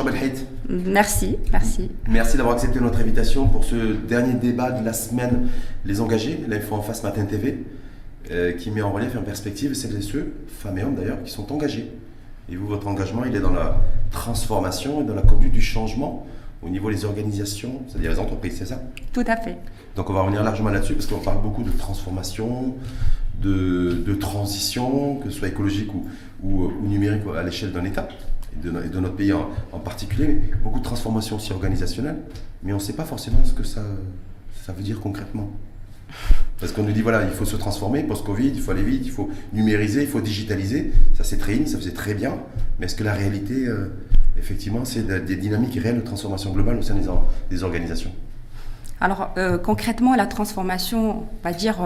Belhait. Merci. Merci d'avoir accepté notre invitation pour ce dernier débat de la semaine Les Engagés, l'Info en face Matin TV, qui met en relief et en perspective celles et ceux, femmes et hommes d'ailleurs, qui sont engagés. Et vous, votre engagement, il est dans la transformation et dans la conduite du changement au niveau des organisations, c'est-à-dire les entreprises, c'est ça? Tout à fait. Donc on va revenir largement là-dessus parce qu'on parle beaucoup de transformation, de transition, que ce soit écologique ou numérique à l'échelle d'un État, et de notre pays en particulier, mais beaucoup de transformation aussi organisationnelle, mais on ne sait pas forcément ce que ça veut dire concrètement. Parce qu'on nous dit, voilà, il faut se transformer, post-Covid, il faut aller vite, il faut numériser, il faut digitaliser, ça c'est très in, ça faisait très bien, mais est-ce que la réalité, effectivement, c'est des dynamiques réelles de transformation globale au sein des organisations? Alors concrètement, la transformation, on va dire,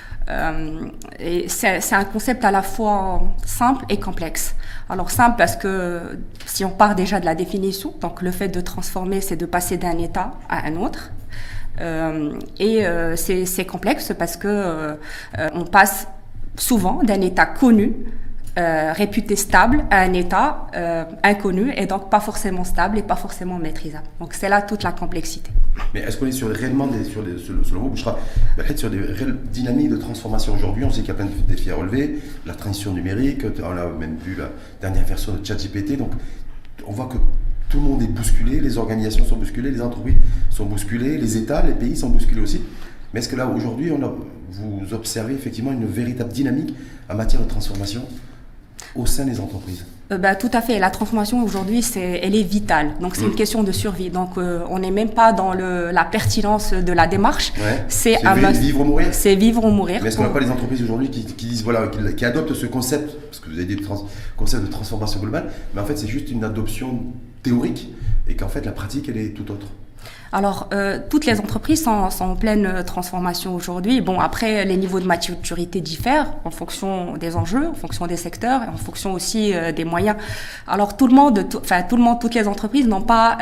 c'est un concept à la fois simple et complexe. Alors simple parce que si on part déjà de la définition, donc le fait de transformer, c'est de passer d'un état à un autre. C'est complexe parce que on passe souvent d'un état connu, réputé stable, à un état inconnu et donc pas forcément stable et pas forcément maîtrisable. Donc c'est là toute la complexité. Mais est-ce qu'on est selon vous, Bouchra, sur des réelles dynamiques de transformation aujourd'hui? On sait qu'il y a plein de défis à relever, la transition numérique, on a même vu la dernière version de ChatGPT, donc on voit que tout le monde est bousculé, les organisations sont bousculées, les entreprises sont bousculées, les États, les pays sont bousculés aussi. Mais est-ce que là, aujourd'hui, vous observez effectivement une véritable dynamique en matière de transformation au sein des entreprises? Tout à fait. La transformation aujourd'hui, elle est vitale. Donc c'est une question de survie. Donc on n'est même pas dans la pertinence de la démarche. Ouais. C'est vivre ou mourir. C'est vivre ou mourir. Mais est-ce qu'on n'a pas les entreprises aujourd'hui qui disent voilà, qui adoptent ce concept, parce que vous avez dit concept de transformation globale, mais en fait c'est juste une adoption théorique et qu'en fait la pratique elle est tout autre? Alors, toutes les entreprises sont en pleine transformation aujourd'hui. Bon, après, les niveaux de maturité diffèrent en fonction des enjeux, en fonction des secteurs et en fonction aussi des moyens. Alors, toutes les entreprises n'ont pas,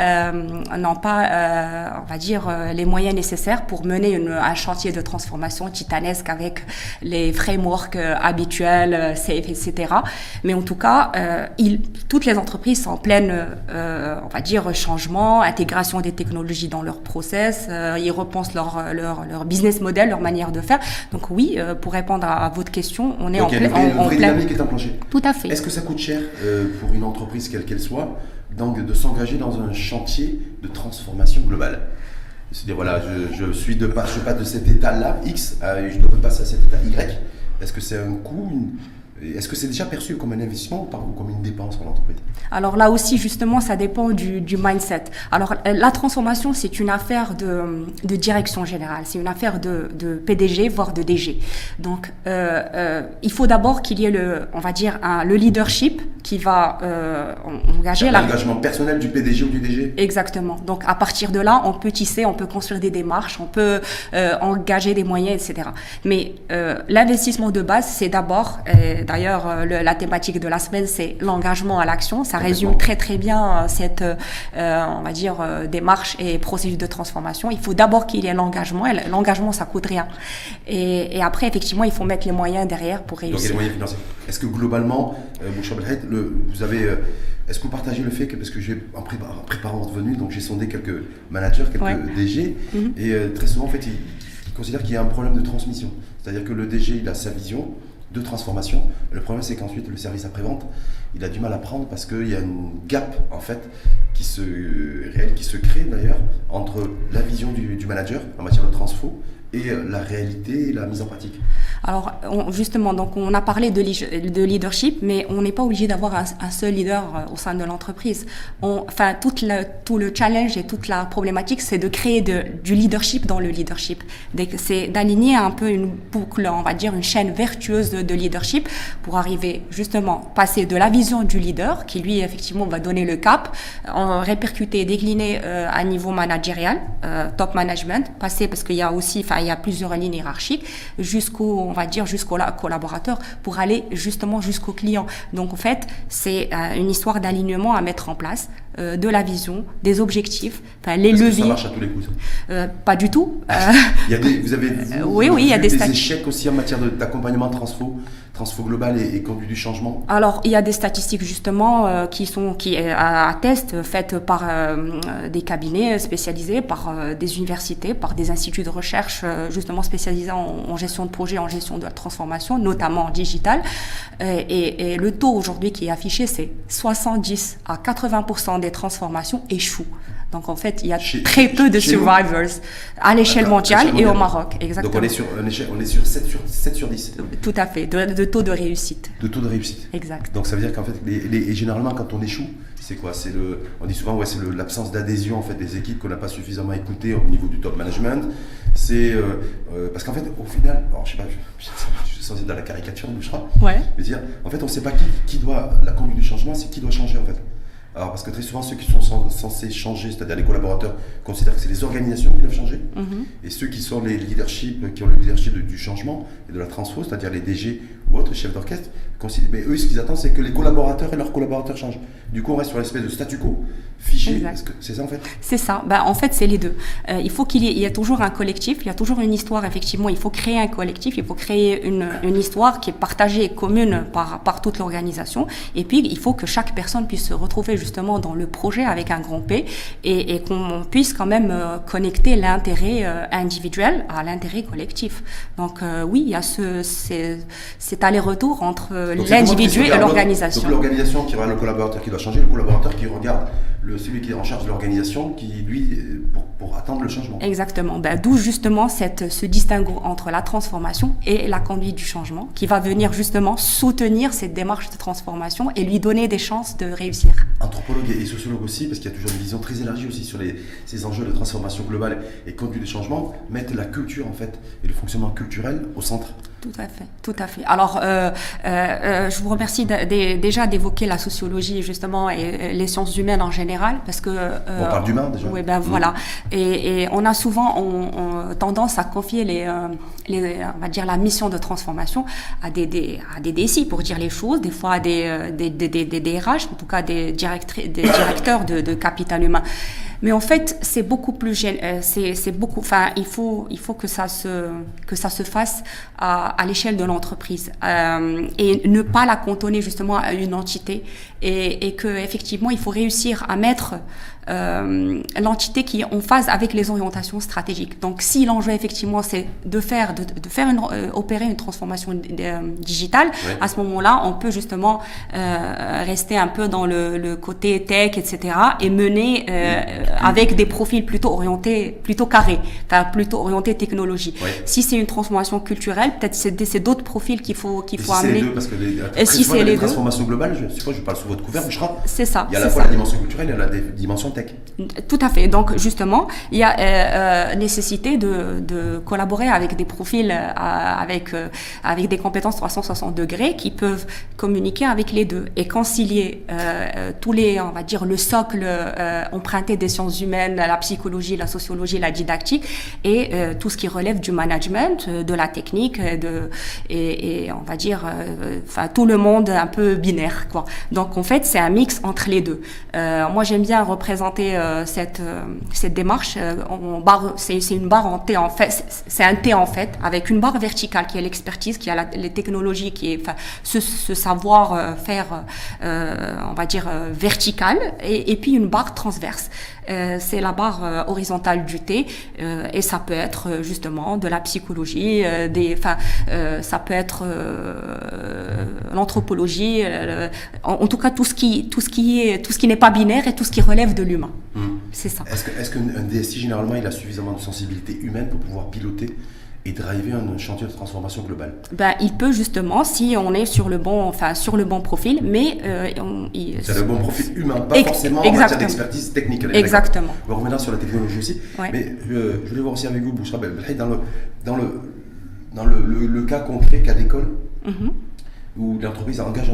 on va dire, les moyens nécessaires pour mener un chantier de transformation titanesque avec les frameworks habituels, safe, etc. Mais en tout cas, toutes les entreprises sont en pleine, on va dire, changement, intégration des technologies dans leur process, ils repensent leur business model, leur manière de faire. Donc oui, pour répondre à votre question, on est en pleine... Donc une vraie dynamique est enclenchée. Tout à fait. Est-ce que ça coûte cher pour une entreprise quelle qu'elle soit donc, de s'engager dans un chantier de transformation globale? C'est-à-dire, voilà, je passe de cet état-là, X, je dois passer à cet état Y. Est-ce que c'est un coût Est-ce que c'est déjà perçu comme un investissement ou comme une dépense pour l'entreprise? Alors là aussi, justement, ça dépend du mindset. Alors la transformation, c'est une affaire de direction générale, c'est une affaire de PDG, voire de DG. Donc, il faut d'abord qu'il y ait le leadership qui va engager l'engagement personnel du PDG ou du DG. Exactement. Donc, à partir de là, on peut construire des démarches, on peut engager des moyens, etc. Mais l'investissement de base, c'est d'abord... D'ailleurs, la thématique de la semaine, c'est l'engagement à l'action. Ça résume très très bien cette, on va dire, démarche et processus de transformation. Il faut d'abord qu'il y ait l'engagement. Et l'engagement, ça coûte rien. Et après, effectivement, il faut mettre les moyens derrière pour réussir. Donc, il y a les moyens financiers. Est-ce que globalement, Bouchra Belhait, est-ce que vous partagez le fait que, parce que en préparant votre venue, donc j'ai sondé quelques managers, quelques DG, et très souvent, en fait, ils considèrent qu'il y a un problème de transmission. C'est-à-dire que le DG, il a sa vision de transformation. Le problème, c'est qu'ensuite, le service après-vente, il a du mal à prendre parce qu'il y a une gap, en fait, qui se crée d'ailleurs entre la vision du manager en matière de transfo et la réalité et la mise en pratique. Alors, justement, donc on a parlé de leadership, mais on n'est pas obligé d'avoir un seul leader au sein de l'entreprise. Tout le challenge et toute la problématique, c'est de créer du leadership dans le leadership. C'est d'aligner un peu une boucle, on va dire une chaîne vertueuse de leadership pour arriver justement passer de la vision du leader, qui lui effectivement va donner le cap, en répercuter, décliner à niveau managérial, top management, passer parce qu'il y a aussi, il y a plusieurs lignes hiérarchiques jusqu'au collaborateur pour aller justement jusqu'au client. Donc en fait, c'est une histoire d'alignement à mettre en place, de la vision, des objectifs, les leviers. Ça marche à tous les coups, ça? Pas du tout. Il y a il y a des échecs aussi en matière d'accompagnement transfo global et conduite du changement? Alors, il y a des statistiques justement qui attestent, faites par des cabinets spécialisés, par des universités, par des instituts de recherche justement spécialisés en gestion de projet, en gestion de la transformation, notamment en digital. Et le taux aujourd'hui qui est affiché, c'est 70 à 80% des transformations échouent. Donc en fait, il y a très peu de survivors à l'échelle mondiale et au Maroc. Exactement. Donc on est sur 7 sur 10. Tout à fait, de taux de réussite. De taux de réussite. Exact. Donc ça veut dire qu'en fait, et généralement quand on échoue, c'est quoi? On dit souvent c'est l'absence d'adhésion en fait des équipes qu'on n'a pas suffisamment écoutées au niveau du top management. C'est parce qu'en fait au final, alors je sais pas, je suis censé être dans la caricature, Bouchra. Ouais. Mais dire, en fait on ne sait pas qui doit la conduite du changement, c'est qui doit changer en fait. Alors parce que très souvent ceux qui sont censés changer, c'est-à-dire les collaborateurs, considèrent que c'est les organisations qui doivent changer, et ceux qui sont les leaderships, qui ont le leadership du changement et de la transfo, c'est-à-dire les DG ou autres chefs d'orchestre, mais eux ce qu'ils attendent c'est que les collaborateurs et leurs collaborateurs changent. Du coup on reste sur une espèce de statu quo figé. C'est ça en fait? C'est ça. En fait c'est les deux. Il faut qu'il y ait toujours un collectif, il y a toujours une histoire effectivement. Il faut créer un collectif, il faut créer une histoire qui est partagée et commune par toute l'organisation. Et puis il faut que chaque personne puisse se retrouver justement dans le projet avec un grand P et qu'on puisse quand même connecter l'intérêt individuel à l'intérêt collectif. Donc oui, il y a cet aller-retour entre l'individu et l'organisation. Donc l'organisation qui regarde le collaborateur qui doit changer, le collaborateur qui regarde celui qui est en charge de l'organisation, qui lui, pour attendre le changement. Exactement. D'où justement ce distinguo entre la transformation et la conduite du changement, qui va venir justement soutenir cette démarche de transformation et lui donner des chances de réussir. Anthropologue et sociologue aussi, parce qu'il y a toujours une vision très élargie aussi sur ces enjeux de transformation globale et conduite du changement, mettent la culture en fait et le fonctionnement culturel au centre. Tout à fait, tout à fait. Alors, je vous remercie déjà d'évoquer la sociologie justement et les sciences humaines en général, parce que on parle d'humain déjà. Oui, voilà. Et on a souvent tendance à confier on va dire la mission de transformation à des DSI pour dire les choses, des fois à des DRH, en tout cas des directeurs de capital humain. Mais en fait, c'est beaucoup plus il faut que ça se fasse à l'échelle de l'entreprise et ne pas la cantonner justement à une entité et que effectivement, il faut réussir à mettre l'entité qui est en phase avec les orientations stratégiques. Donc, si l'enjeu effectivement c'est opérer une transformation digitale, ouais. À ce moment-là, on peut justement rester un peu dans le côté tech, etc. et mener avec des profils plutôt carrés, enfin plutôt orientés technologie. Ouais. Si c'est une transformation culturelle, peut-être c'est d'autres profils qu'il faut si amener. C'est les deux, parce que si c'est les deux, transformation globale, je parle sous votre couvert, Bouchra. C'est ça. Il y a à la fois la dimension culturelle et la dimension tech. Tout à fait. Donc justement, il y a nécessité de collaborer avec des profils avec des compétences 360 degrés qui peuvent communiquer avec les deux et concilier tous les, on va dire, le socle emprunté des sciences humaines, la psychologie, la sociologie, la didactique et tout ce qui relève du management, de la technique, et on va dire, tout le monde un peu binaire, quoi. Donc en fait, c'est un mix entre les deux. Moi, j'aime bien représenter cette démarche en barre. C'est une barre en T en fait. C'est un T en fait, avec une barre verticale qui est l'expertise, qui a les technologies, qui est ce savoir faire, on va dire vertical, et puis une barre transverse. C'est la barre horizontale du T, et ça peut être justement de la psychologie, ça peut être l'anthropologie, en tout cas tout ce qui n'est pas binaire et tout ce qui relève de l'humain. C'est ça. Est-ce qu'un DSI généralement il a suffisamment de sensibilité humaine pour pouvoir piloter et driver un chantier de transformation globale? Il peut justement, si on est sur le bon profil, mais c'est le bon profil humain, pas forcément en matière d'expertise technique. Exactement. On va revenir sur la technologie aussi, ouais. Mais je voulais voir aussi avec vous, Bouchra, dans le cas concret, cas d'école, où l'entreprise engage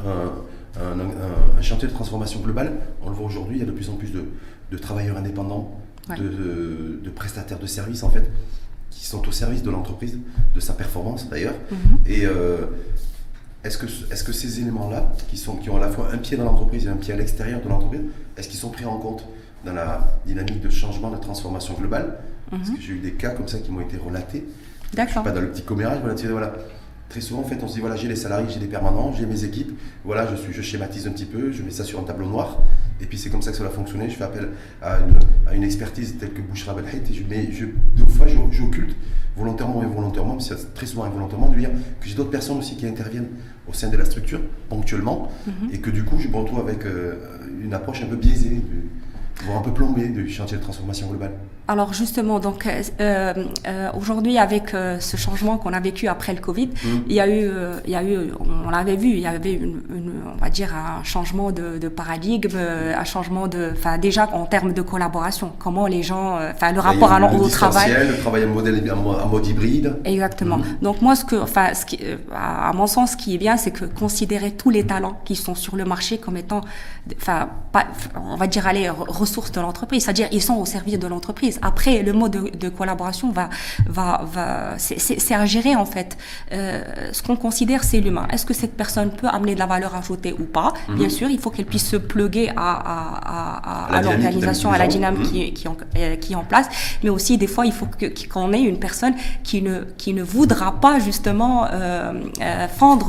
un chantier de transformation globale. On le voit aujourd'hui, il y a de plus en plus de travailleurs indépendants, ouais. de prestataires de services en fait, qui sont au service de l'entreprise, de sa performance d'ailleurs. Et est-ce que ces éléments-là, qui ont à la fois un pied dans l'entreprise et un pied à l'extérieur de l'entreprise, est-ce qu'ils sont pris en compte dans la dynamique de changement, de transformation globale? Parce que j'ai eu des cas comme ça qui m'ont été relatés. D'accord. Je ne suis pas dans le petit commérage, voilà. très souvent, en fait, on se dit, voilà, j'ai les salariés, j'ai les permanents, j'ai mes équipes, voilà, je schématise un petit peu, je mets ça sur un tableau noir, et puis c'est comme ça que ça va fonctionner. Je fais appel à une expertise telle que Bouchra Belhait, et deux fois, j'occulte, volontairement ou involontairement, mais c'est très souvent involontairement, de dire que j'ai d'autres personnes aussi qui interviennent au sein de la structure, ponctuellement, et que du coup, je me retrouve avec une approche un peu biaisée, voire un peu plombée du chantier de transformation globale. Alors justement, donc aujourd'hui avec ce changement qu'on a vécu après le Covid, il y a eu, on l'avait vu, il y avait on va dire un changement de paradigme, un changement enfin déjà en termes de collaboration, comment les gens, enfin le rapport au travail, le travail en mode hybride. Exactement. Donc moi à mon sens, ce qui est bien, c'est que considérer tous les talents qui sont sur le marché comme étant, on va dire ressources de l'entreprise, c'est-à-dire ils sont au service de l'entreprise. Après, le mode de collaboration c'est à gérer en fait. Ce qu'on considère, c'est l'humain. Est-ce que cette personne peut amener de la valeur ajoutée ou pas? Bien sûr, il faut qu'elle puisse se plugger à l'organisation, à la dynamique qui est en place. Mais aussi, des fois, il faut qu'on ait une personne qui ne voudra pas justement fondre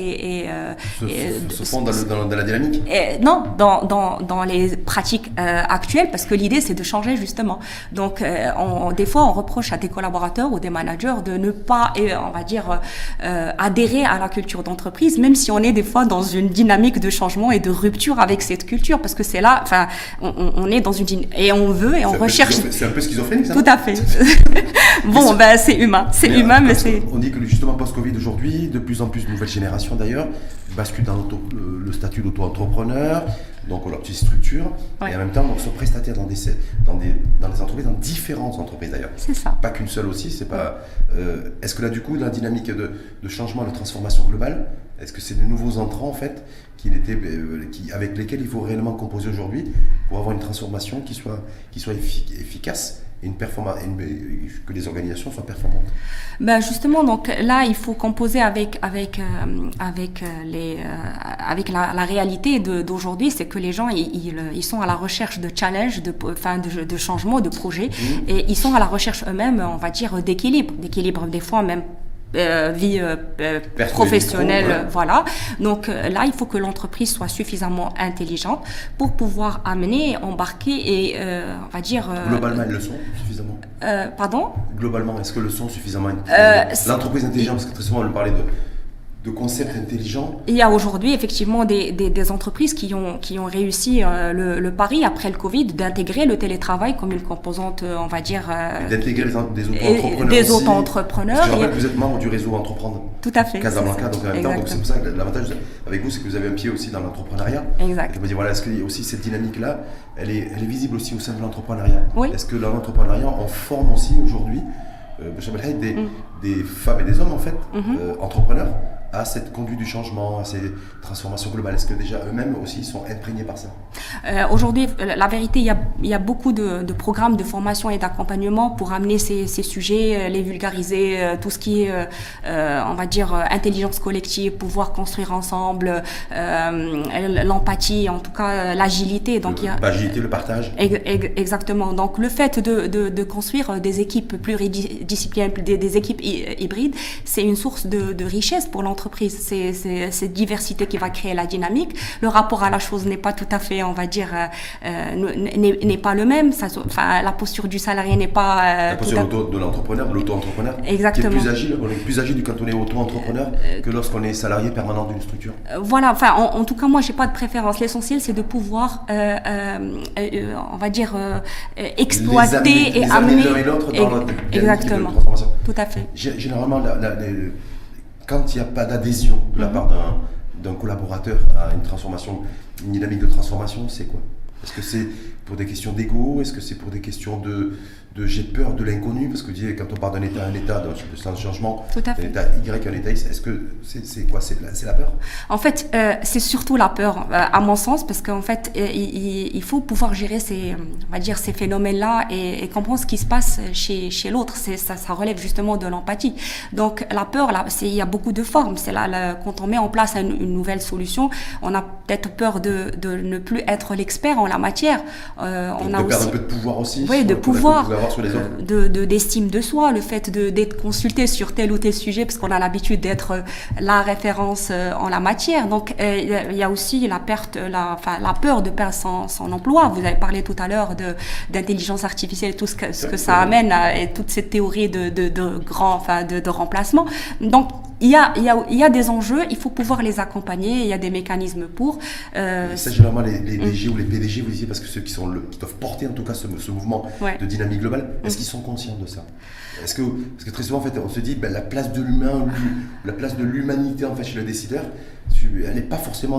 se fondre dans la dynamique. Non, dans les pratiques actuelles, parce que l'idée, c'est de changer justement. Donc, des fois, on reproche à des collaborateurs ou des managers de ne pas, on va dire, adhérer à la culture d'entreprise, même si on est des fois dans une dynamique de changement et de rupture avec cette culture, parce que c'est là, enfin, on est dans une et on veut et on recherche. C'est un peu schizophrénique, ça. Tout à fait. Bon, c'est humain, mais c'est. On dit que justement post-Covid aujourd'hui, de plus en plus de nouvelles générations d'ailleurs basculent dans le statut d'auto-entrepreneur, donc leur petite structure, et en même temps donc sont prestataires dans des entreprises, dans différentes entreprises d'ailleurs. C'est ça. Pas qu'une seule aussi. C'est pas. Est-ce que là du coup, dans la dynamique de changement, de transformation globale, est-ce que c'est de nouveaux entrants en fait avec lesquels il faut réellement composer aujourd'hui pour avoir une transformation qui soit efficace et que les organisations soient performantes? Ben justement, donc là, il faut composer avec la réalité d'aujourd'hui, c'est que les gens ils sont à la recherche de challenges, de changements, de projets, et ils sont à la recherche eux-mêmes, on va dire, d'équilibre des fois même. Vie professionnelle, voilà. Donc là, il faut que l'entreprise soit suffisamment intelligente pour pouvoir amener, embarquer et on va dire. Globalement, ils le sont suffisamment. Pardon ? Globalement, est-ce que le sont suffisamment l'entreprise intelligente, parce que très souvent on parlait de concepts intelligents. Il y a aujourd'hui effectivement des entreprises qui ont réussi le pari après le Covid d'intégrer le télétravail comme une composante, on va dire. D'intégrer des auto-entrepreneurs. Parce que je rappelle que vous êtes membre du réseau Entreprendre. Tout à fait. Casablanca, donc en même temps, donc c'est pour ça que l'avantage avec vous, c'est que vous avez un pied aussi dans l'entrepreneuriat. Exact. Et je me dis, voilà, est-ce que aussi cette dynamique-là, elle est visible aussi au sein de l'entrepreneuriat? Oui. Est-ce que dans l'entrepreneuriat, on forme aussi aujourd'hui des femmes et des hommes en fait, entrepreneurs, à cette conduite du changement, à ces transformations globales? Est-ce que déjà eux-mêmes aussi sont imprégnés par ça? Aujourd'hui, la vérité, il y a beaucoup de programmes de formation et d'accompagnement pour amener ces sujets, les vulgariser, tout ce qui est, on va dire, intelligence collective, pouvoir construire ensemble, l'empathie, en tout cas l'agilité. Donc l'agilité, le partage. Exactement. Donc le fait de construire des équipes pluridisciplinaires, des équipes hybrides, c'est une source de richesse pour l'entreprise. C'est cette diversité qui va créer la dynamique. Le rapport à la chose n'est pas tout à fait, on va dire, n'est pas le même. La posture du salarié n'est pas... la posture de l'entrepreneur, de l'auto-entrepreneur. Exactement. Qui est plus agile. On est plus agile quand on est auto-entrepreneur que lorsqu'on est salarié permanent d'une structure. Voilà. Enfin, en tout cas, moi, j'ai pas de préférence. L'essentiel, c'est de pouvoir, on va dire, exploiter et amener l'un et l'autre dans notre exactement. De transformation. Tout à fait. Généralement, quand il n'y a pas d'adhésion de la part d'un collaborateur à une dynamique de transformation, c'est quoi? Est-ce que c'est pour des questions d'ego? Est-ce que c'est pour des questions de j'ai peur de l'inconnu? Parce que quand on part d'un état à un état, d'un changement, d'un état Y à un état X, est-ce que c'est quoi? C'est la peur? En fait, c'est surtout la peur, à mon sens, parce qu'en fait, il faut pouvoir gérer on va dire, ces phénomènes-là et comprendre ce qui se passe chez l'autre. Ça relève justement de l'empathie. Donc, la peur, là, il y a beaucoup de formes. C'est là, quand on met en place une nouvelle solution, on a peut-être peur de ne plus être l'expert en la matière. on de a perdre aussi un peu de pouvoir aussi. oui, de pouvoir, avoir sur les autres. d'estime de soi, le fait d'être consulté sur tel ou tel sujet, parce qu'on a l'habitude d'être la référence en la matière. Donc, il y a aussi la peur de perdre son emploi. Vous avez parlé tout à l'heure d'intelligence artificielle et tout ce que ça amène et toute cette théorie de remplacement. Donc, il y a des enjeux, il faut pouvoir les accompagner, il y a des mécanismes pour. Ça, généralement, les DG ou les PDG, vous disiez, parce que ceux qui doivent porter en tout cas ce mouvement de dynamique globale, est-ce qu'ils sont conscients de ça? Parce que très souvent, en fait, on se dit, la place de l'humain, la place de l'humanité en fait, chez le décideur, elle n'est pas forcément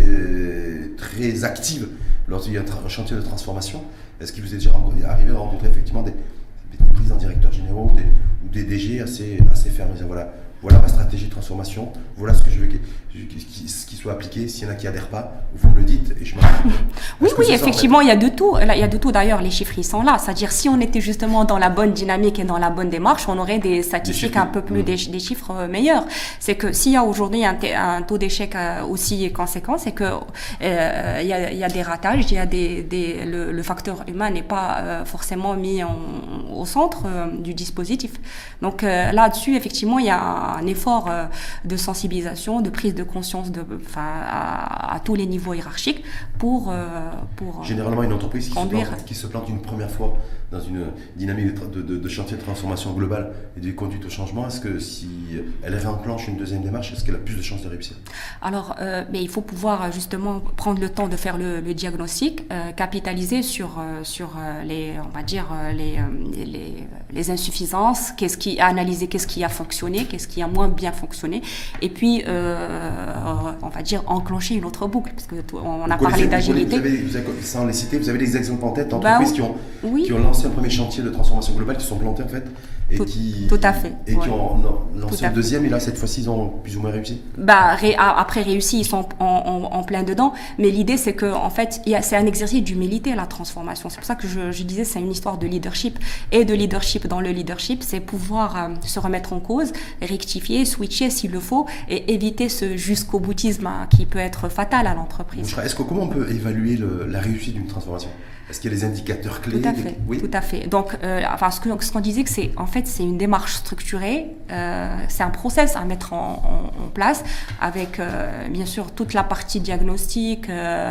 très active lorsqu'il y a un chantier de transformation. Est-ce qu'il vous est déjà arrivé à rencontrer effectivement des présidents directeurs généraux ou des DG assez fermes, voilà ma stratégie de transformation, voilà ce que je veux qu'il soit appliqué. S'il y en a qui n'adhèrent pas, vous me le dites et je m'en Oui, effectivement, il y a de tout. Là, il y a de tout. D'ailleurs, les chiffres, ils sont là. C'est-à-dire, si on était justement dans la bonne dynamique et dans la bonne démarche, on aurait des statistiques un peu plus, des chiffres meilleurs. C'est que s'il y a aujourd'hui un taux d'échec aussi conséquent, c'est que il y a des ratages, il y a le facteur humain n'est pas forcément mis au centre du dispositif. Donc là-dessus, effectivement, il y a un effort de sensibilisation, de prise de conscience à tous les niveaux hiérarchiques pour généralement une entreprise qui se plante une première fois dans une dynamique de chantier de transformation globale et de conduite au changement, est-ce que si elle réenclenche une deuxième démarche, est-ce qu'elle a plus de chances de réussir? Alors, mais il faut pouvoir justement prendre le temps de faire le diagnostic, capitaliser sur les, on va dire, les insuffisances, analyser qu'est-ce qui a fonctionné, qu'est-ce qui a moins bien fonctionné, et puis on va dire enclencher une autre boucle, parce que on a parlé d'agilité. Sans les citer, vous avez des exemples en tête d'entreprises qui ont lancé un premier chantier de transformation globale, qui sont plantés en fait, et tout à fait, et qui ont lancé le deuxième, et là cette fois-ci ils ont plus ou moins réussi. Après réussi, ils sont en plein dedans, mais l'idée c'est que en fait c'est un exercice d'humilité, la transformation. C'est pour ça que je disais c'est une histoire de leadership, et de leadership dans le leadership, c'est pouvoir se remettre en cause, rectifier, switcher s'il le faut, et éviter ce jusqu'au boutisme qui peut être fatal à l'entreprise. Comment on peut évaluer la réussite d'une transformation? Est-ce qu'il y a des indicateurs clés? Tout à fait. Oui. Tout à fait. Donc, ce qu'on disait, que c'est une démarche structurée, c'est un process à mettre en place avec, bien sûr, toute la partie diagnostic,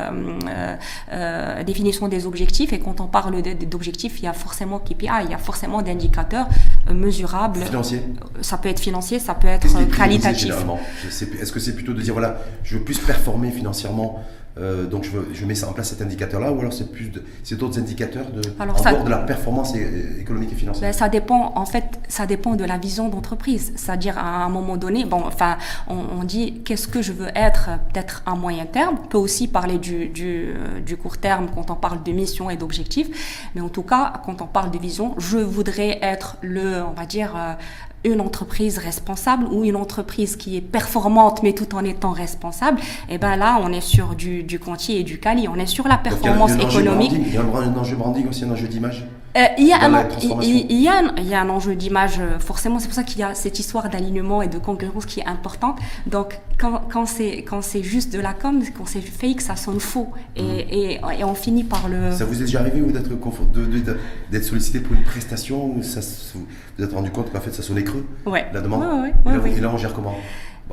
définition des objectifs. Et quand on parle d'objectifs, il y a forcément KPI, il y a forcément d'indicateurs mesurables. Financier. Ça peut être financier, ça peut être qualitatif. Généralement. Est-ce que c'est plutôt de dire, voilà, je veux plus performer financièrement? Donc je mets en place cet indicateur-là, ou alors c'est d'autres indicateurs dehors de la performance économique et financière? Ça dépend de la vision d'entreprise. C'est-à-dire à un moment donné, on dit qu'est-ce que je veux être peut-être à moyen terme. On peut aussi parler du court terme quand on parle de mission et d'objectifs, mais en tout cas quand on parle de vision, je voudrais être une entreprise responsable, ou une entreprise qui est performante mais tout en étant responsable. Et là on est sur du Conti et du Cali, on est sur la performance économique. Il y a un enjeu branding aussi, un enjeu d'image. Il y a un enjeu d'image, forcément. C'est pour ça qu'il y a cette histoire d'alignement et de congruence qui est importante. Donc quand c'est juste de la com, quand c'est fake, ça sonne faux, et on finit par le. Ça vous est déjà arrivé d'être sollicité pour une prestation où vous vous êtes rendu compte qu'en fait ça sonnait creux, la demande? Et là on gère comment?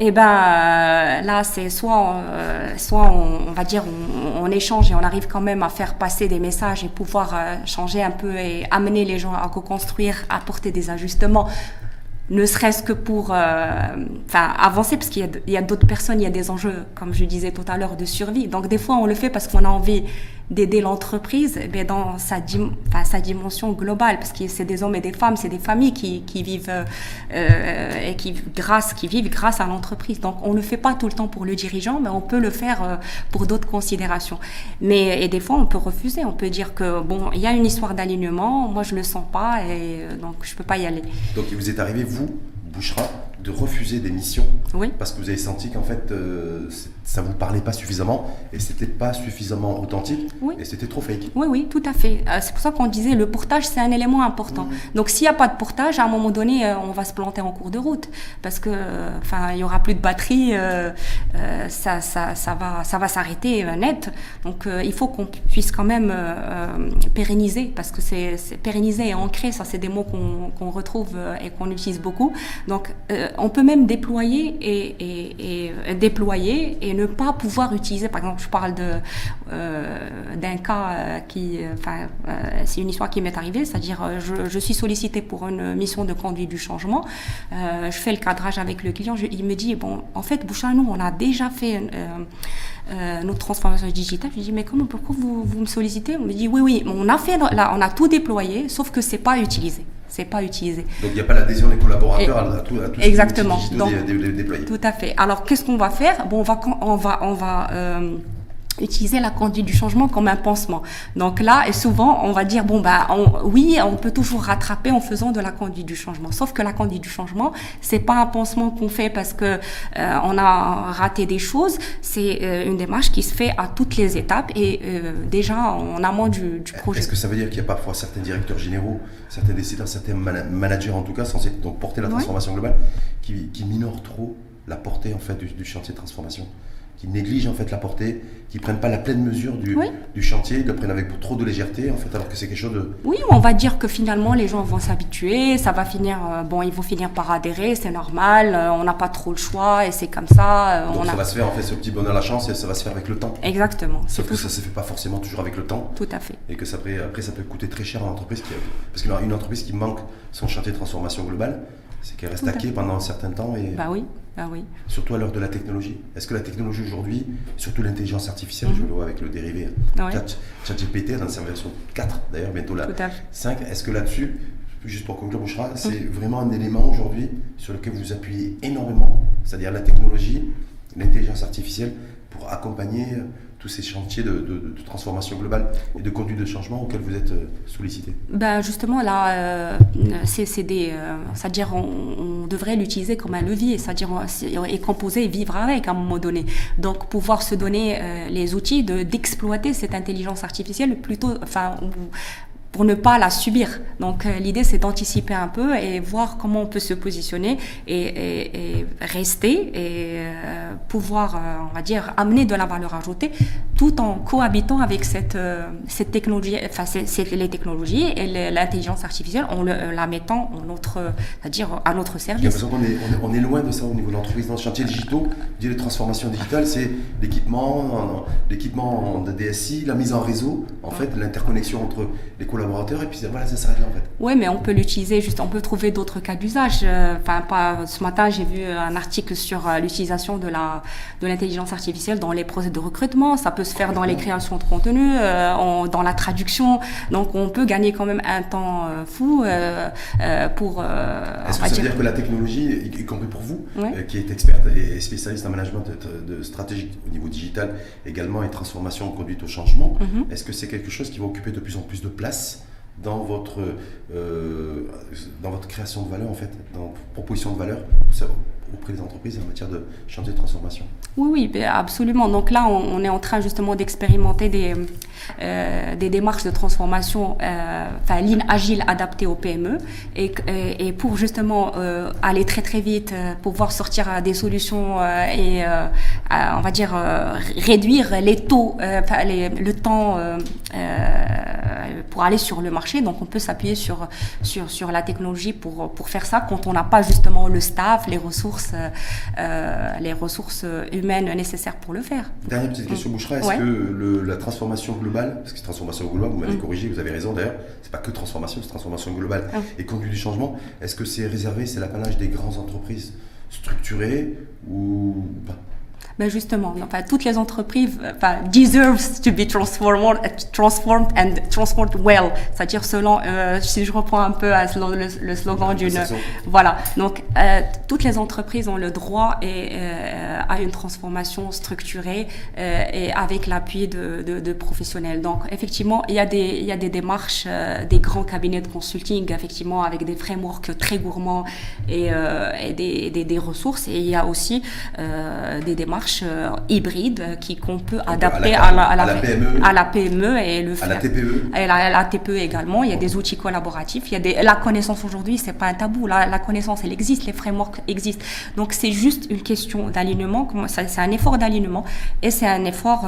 Là, c'est soit on va dire on échange et on arrive quand même à faire passer des messages et pouvoir changer un peu et amener les gens à co-construire, apporter des ajustements, ne serait-ce que pour avancer, parce qu'il y a d'autres personnes, il y a des enjeux, comme je disais tout à l'heure, de survie. Donc des fois on le fait parce qu'on a envie d'aider l'entreprise dans sa dimension globale, parce que c'est des hommes et des femmes, c'est des familles qui vivent et qui vivent grâce à l'entreprise. Donc on ne le fait pas tout le temps pour le dirigeant, mais on peut le faire pour d'autres considérations. Et des fois on peut refuser, on peut dire que il y a une histoire d'alignement, moi je le sens pas, et donc je peux pas y aller. Donc il vous est arrivé, vous, Bouchra, de refuser des missions Oui. parce que vous avez senti qu'en fait, ça ne vous parlait pas suffisamment et c'était pas suffisamment authentique Oui. et c'était trop fake. Oui, oui, tout à fait. C'est pour ça qu'on disait le portage, c'est un élément important. Donc, s'il n'y a pas de portage, à un moment donné, on va se planter en cours de route parce que, il n'y aura plus de batterie, ça va s'arrêter net. Donc, il faut qu'on puisse quand même pérenniser parce que c'est pérenniser et ancrer, ça, c'est des mots qu'on retrouve et qu'on utilise beaucoup. Donc, on peut même déployer et ne pas pouvoir utiliser. Par exemple, je parle d'un cas c'est une histoire qui m'est arrivée, c'est-à-dire je suis sollicitée pour une mission de conduite du changement. Je fais le cadrage avec le client. Il me dit, bon, en fait, Bouchra, nous, on a déjà fait notre transformation digitale. Je lui dis, mais pourquoi vous me sollicitez? On me dit, oui, on a tout déployé, sauf que c'est pas utilisé. C'est pas utilisé. Donc il n'y a pas l'adhésion des collaborateurs à tout exactement. Ce digitaux déployés. Tout à fait. Alors qu'est-ce qu'on va faire? Bon, on va utiliser la conduite du changement comme un pansement. Donc là, et souvent, on va dire, on peut toujours rattraper en faisant de la conduite du changement. Sauf que la conduite du changement, c'est pas un pansement qu'on fait parce que on a raté des choses. C'est une démarche qui se fait à toutes les étapes et déjà en amont du projet. Est-ce que ça veut dire qu'il y a parfois certains directeurs généraux, certains décideurs, certains managers en tout cas, censés donc porter la transformation globale, qui minorent trop la portée en fait du chantier de transformation? Qui négligent en fait la portée, qui prennent pas la pleine mesure du chantier, le prennent avec trop de légèreté en fait, alors que c'est quelque chose de... Oui, on va dire que finalement les gens vont s'habituer, ça va finir, ils vont finir par adhérer, c'est normal, on n'a pas trop le choix et c'est comme ça. Donc ça va se faire en fait, ce petit bonheur la chance, et ça va se faire avec le temps. Exactement. Sauf que ça se fait pas forcément toujours avec le temps. Tout à fait. Et que ça, après ça peut coûter très cher à l'entreprise, parce qu'une entreprise qui manque son chantier de transformation globale, c'est qu'elle reste à quai pendant un certain temps. Et oui. Surtout à l'heure de la technologie. Est-ce que la technologie aujourd'hui, surtout l'intelligence artificielle, je le vois avec le dérivé ChatGPT dans sa version 4, d'ailleurs bientôt la 5, est-ce que là-dessus, juste pour conclure Bouchra, c'est vraiment un élément aujourd'hui sur lequel vous appuyez énormément, c'est-à-dire la technologie, l'intelligence artificielle pour accompagner tous ces chantiers de transformation globale et de conduite de changement auxquels vous êtes sollicité? Justement, là, c'est-à-dire on devrait l'utiliser comme un levier, c'est-à-dire et composer et vivre avec à un moment donné. Donc, pouvoir se donner les outils d'exploiter cette intelligence artificielle plutôt, pour ne pas la subir. Donc l'idée c'est d'anticiper un peu et voir comment on peut se positionner et rester et pouvoir, on va dire, amener de la valeur ajoutée tout en cohabitant avec cette technologie, les technologies et l'intelligence artificielle en la mettant c'est-à-dire à notre service. J'ai l'impression qu'on est loin de ça au niveau de l'entreprise. Dans ce chantier digitaux, les transformations digitales, c'est l'équipement de DSI, la mise en réseau, en fait, l'interconnexion entre les collaborateurs et puis voilà, ça s'arrête là en fait. Oui, mais on peut l'utiliser, on peut trouver d'autres cas d'usage. Ce matin, j'ai vu un article sur l'utilisation de l'intelligence artificielle dans les procès de recrutement. Ça peut se faire dans les créations de contenu, dans la traduction. Donc, on peut gagner quand même un temps fou pour... Est-ce que ça veut dire que la technologie, y compris pour vous, qui êtes experte et spécialiste en management de stratégique au niveau digital également et transformation conduite au changement, est-ce que c'est quelque chose qui va occuper de plus en plus de place dans votre création de valeur, en fait, dans votre proposition de valeur auprès des entreprises en matière de chantier de transformation? Oui, absolument. Donc là, on est en train justement d'expérimenter des démarches de transformation, lean agile adaptées aux PME et pour justement aller très très vite, pouvoir sortir des solutions et on va dire réduire les taux, le temps pour aller sur le marché. Donc on peut s'appuyer sur la technologie pour faire ça quand on n'a pas justement le staff, les ressources humaines nécessaires pour le faire. Dernière petite question, Bouchra, est-ce que la transformation globale, parce que transformation globale, vous m'avez corrigé, vous avez raison d'ailleurs, c'est pas que transformation, c'est transformation globale et conduite du changement, est-ce que c'est l'apanage des grandes entreprises structurées ou pas? Ben justement, enfin, toutes les entreprises deserves to be transformed and transformed well. C'est-à-dire selon, si je reprends un peu le slogan d'une, voilà. Donc toutes les entreprises ont le droit à une transformation structurée et avec l'appui de professionnels. Donc effectivement, il y a des démarches des grands cabinets de consulting, effectivement, avec des frameworks très gourmands et des ressources. Et il y a aussi des démarches hybrides qu'on peut adapter à la PME et le faire. À la TPE. Et la TPE également. Il y a des outils collaboratifs. La connaissance aujourd'hui, c'est pas un tabou. La connaissance, elle existe. Les frameworks existent. Donc c'est juste une question d'alignement. C'est un effort d'alignement et c'est un effort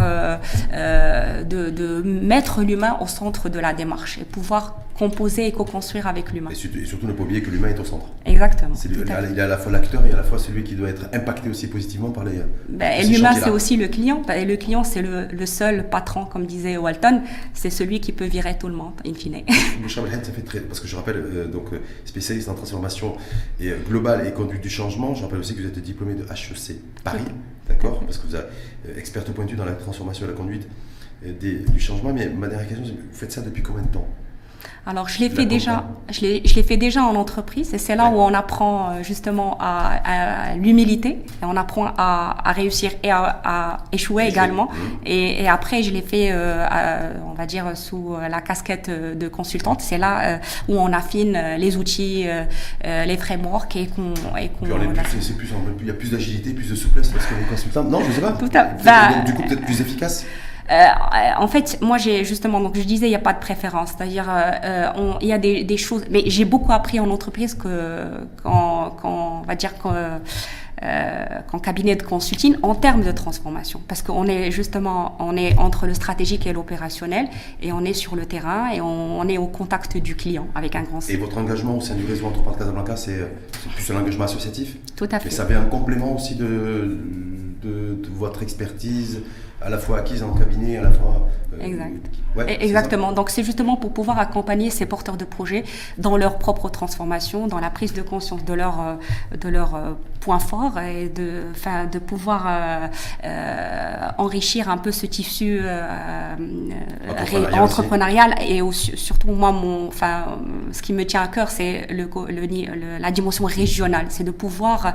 de mettre l'humain au centre de la démarche et pouvoir composer et co-construire avec l'humain. Et surtout ne pas oublier que l'humain est au centre. Exactement. Il est à la fois l'acteur et à la fois celui qui doit être impacté aussi positivement par les l'humain, c'est aussi le client. Et le client, c'est le seul patron, comme disait Walton. C'est celui qui peut virer tout le monde, in fine. Bouchra Belhed, ça fait très... Parce que je rappelle, spécialiste en transformation globale et conduite du changement. Je rappelle aussi que vous êtes diplômé de HEC Paris, d'accord ? Parce que vous êtes experte pointue dans la transformation et la conduite du changement. Mais ma dernière question, c'est, vous faites ça depuis combien de temps ? Alors, je l'ai fait déjà en entreprise et c'est là où on apprend justement à l'humilité et on apprend à réussir et à échouer également. Et après, je l'ai fait, on va dire, sous la casquette de consultante. C'est là où on affine les outils, les frameworks et qu'on il y a plus d'agilité, plus de souplesse parce que les consultants. Non, je ne sais pas. Tout à fait. Donc, du coup, peut-être plus efficace. En fait, moi, j'ai justement, donc je disais, il n'y a pas de préférence. C'est-à-dire, il y a des choses, mais j'ai beaucoup appris en entreprise qu'en cabinet de consulting en termes de transformation, parce qu'on est entre le stratégique et l'opérationnel, et on est sur le terrain et on est au contact du client avec un grand C. Et votre engagement au sein du réseau Entrepreneurs Casablanca, c'est plus un engagement associatif. Tout à fait. Et ça vient un complément aussi de votre expertise, à la fois acquise en cabinet, à la fois... Exactement. Donc c'est justement pour pouvoir accompagner ces porteurs de projets dans leur propre transformation, dans la prise de conscience de leurs points forts et de pouvoir enrichir un peu ce tissu entrepreneurial et surtout moi ce qui me tient à cœur, c'est la dimension régionale, c'est de pouvoir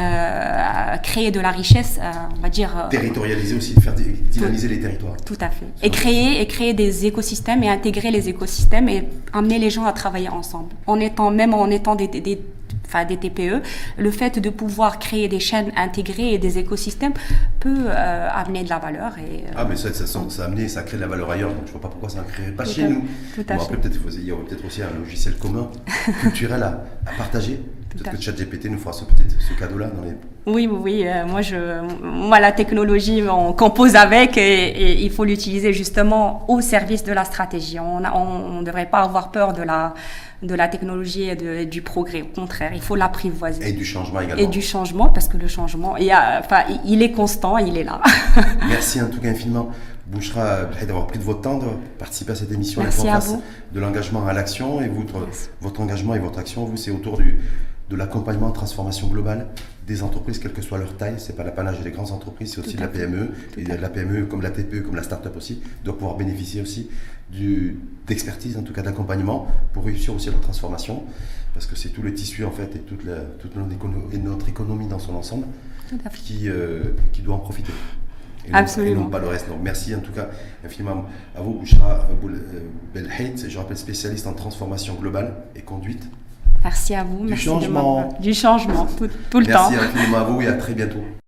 créer de la richesse, on va dire territorialiser aussi, faire dynamiser les territoires. Tout à fait. Et créer des écosystèmes et intégrer les écosystèmes et amener les gens à travailler ensemble. En étant des TPE, le fait de pouvoir créer des chaînes intégrées et des écosystèmes peut amener de la valeur. Mais ça crée de la valeur ailleurs, donc je ne vois pas pourquoi ça ne créerait pas chez nous. Tout à fait. Il y aurait peut-être aussi un logiciel commun, culturel à partager. Peut-être que ChatGPT nous fera peut-être ce cadeau-là dans les... Oui. Moi, la technologie, on compose avec et il faut l'utiliser justement au service de la stratégie. On ne devrait pas avoir peur de la technologie et du progrès. Au contraire, il faut l'apprivoiser. Et du changement également. Et du changement, parce que le changement, il est constant, il est là. Merci en tout cas infiniment, Bouchra, d'avoir pris de votre temps, de participer à cette émission. Merci à vous. De l'engagement à l'action. Et votre engagement et votre action, vous, c'est autour de l'accompagnement de transformation globale des entreprises, quelle que soit leur taille. C'est pas l'apanage des grandes entreprises, c'est aussi de la PME. Et la PME, comme la TPE, comme la start-up aussi, doit pouvoir bénéficier aussi d'expertise, en tout cas d'accompagnement, pour réussir aussi leur transformation. Parce que c'est tout le tissu, en fait, et toute notre économie dans son ensemble qui doit en profiter. Et non pas le reste. Donc merci en tout cas infiniment à vous, Bouchra Belhed, je rappelle spécialiste en transformation globale et conduite. Merci à vous. Du changement, tout le temps. Merci infiniment à vous et à très bientôt.